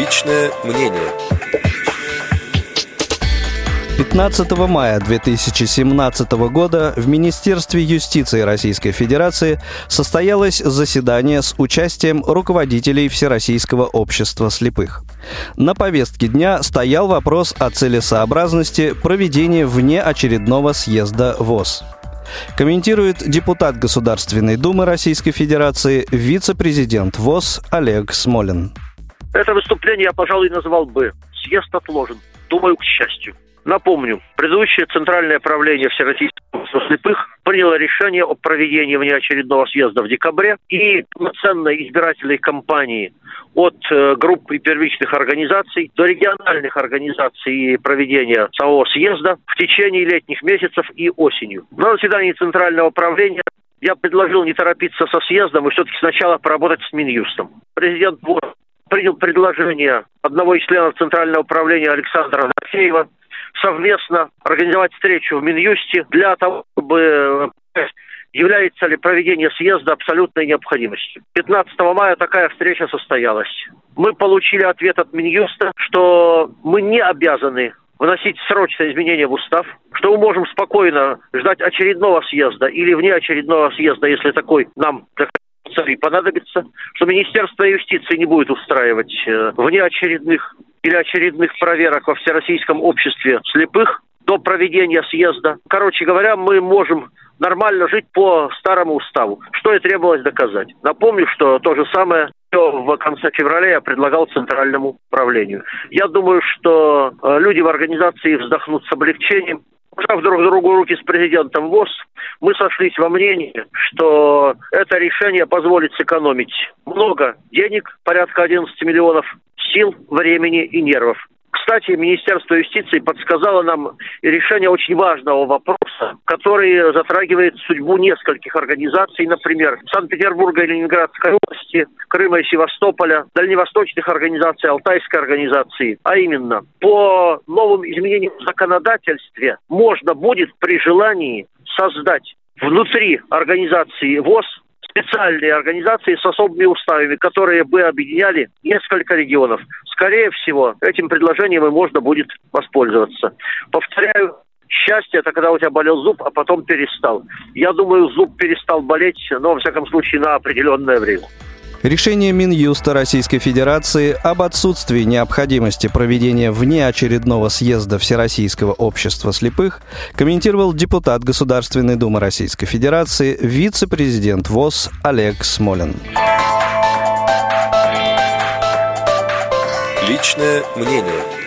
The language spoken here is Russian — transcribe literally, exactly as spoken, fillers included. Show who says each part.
Speaker 1: Личное мнение.
Speaker 2: пятнадцатого мая две тысячи семнадцатого года в Министерстве юстиции Российской Федерации состоялось заседание с участием руководителей Всероссийского общества слепых. На повестке дня стоял вопрос о целесообразности проведения внеочередного съезда ВОС. Комментирует депутат Государственной Думы Российской Федерации, вице-президент ВОС Олег Смолин.
Speaker 3: Это выступление я, пожалуй, назвал бы «Съезд отложен». Думаю, к счастью. Напомню, предыдущее Центральное правление Всероссийского общества слепых приняло решение о проведении внеочередного съезда в декабре, и полноценной избирательной кампании от э, групп и первичных организаций до региональных организаций проведения самого съезда в течение летних месяцев и осенью. На заседании Центрального правления я предложил не торопиться со съездом и все-таки сначала поработать с Минюстом. Президент ВОС принял предложение одного из членов Центрального правления Александра Дорофеева совместно организовать встречу в Минюсте для того, чтобы понять, является ли проведение съезда абсолютной необходимостью. пятнадцатого мая такая встреча состоялась. Мы получили ответ от Минюста, что мы не обязаны вносить срочное изменение в устав, что мы можем спокойно ждать очередного съезда или внеочередного съезда, если такой нам цели понадобится, что Министерство юстиции не будет устраивать внеочередных или очередных проверок во Всероссийском обществе слепых до проведения съезда. Короче говоря, мы можем нормально жить по старому уставу, что и требовалось доказать. Напомню, что то же самое в конце февраля я предлагал Центральному правлению. Я думаю, что люди в организации вздохнут с облегчением. Пожав друг другу руки с президентом ВОС, мы сошлись во мнении, что это решение позволит сэкономить много денег, порядка одиннадцать миллионов, сил, времени и нервов. Кстати, Министерство юстиции подсказало нам решение очень важного вопроса, который затрагивает судьбу нескольких организаций, например, Санкт-Петербурга и Ленинградской области, Крыма и Севастополя, дальневосточных организаций, Алтайской организации. А именно, по новым изменениям в законодательстве можно будет при желании создать внутри организации ВОС специальные организации с особыми уставами, которые бы объединяли несколько регионов. Скорее всего, этим предложением и можно будет воспользоваться. Повторяю, счастье – это когда у тебя болел зуб, а потом перестал. Я думаю, зуб перестал болеть, но, во всяком случае, на определенное время.
Speaker 2: Решение Минюста Российской Федерации об отсутствии необходимости проведения внеочередного съезда Всероссийского общества слепых комментировал депутат Государственной Думы Российской Федерации, вице-президент ВОС Олег Смолин.
Speaker 1: Личное мнение.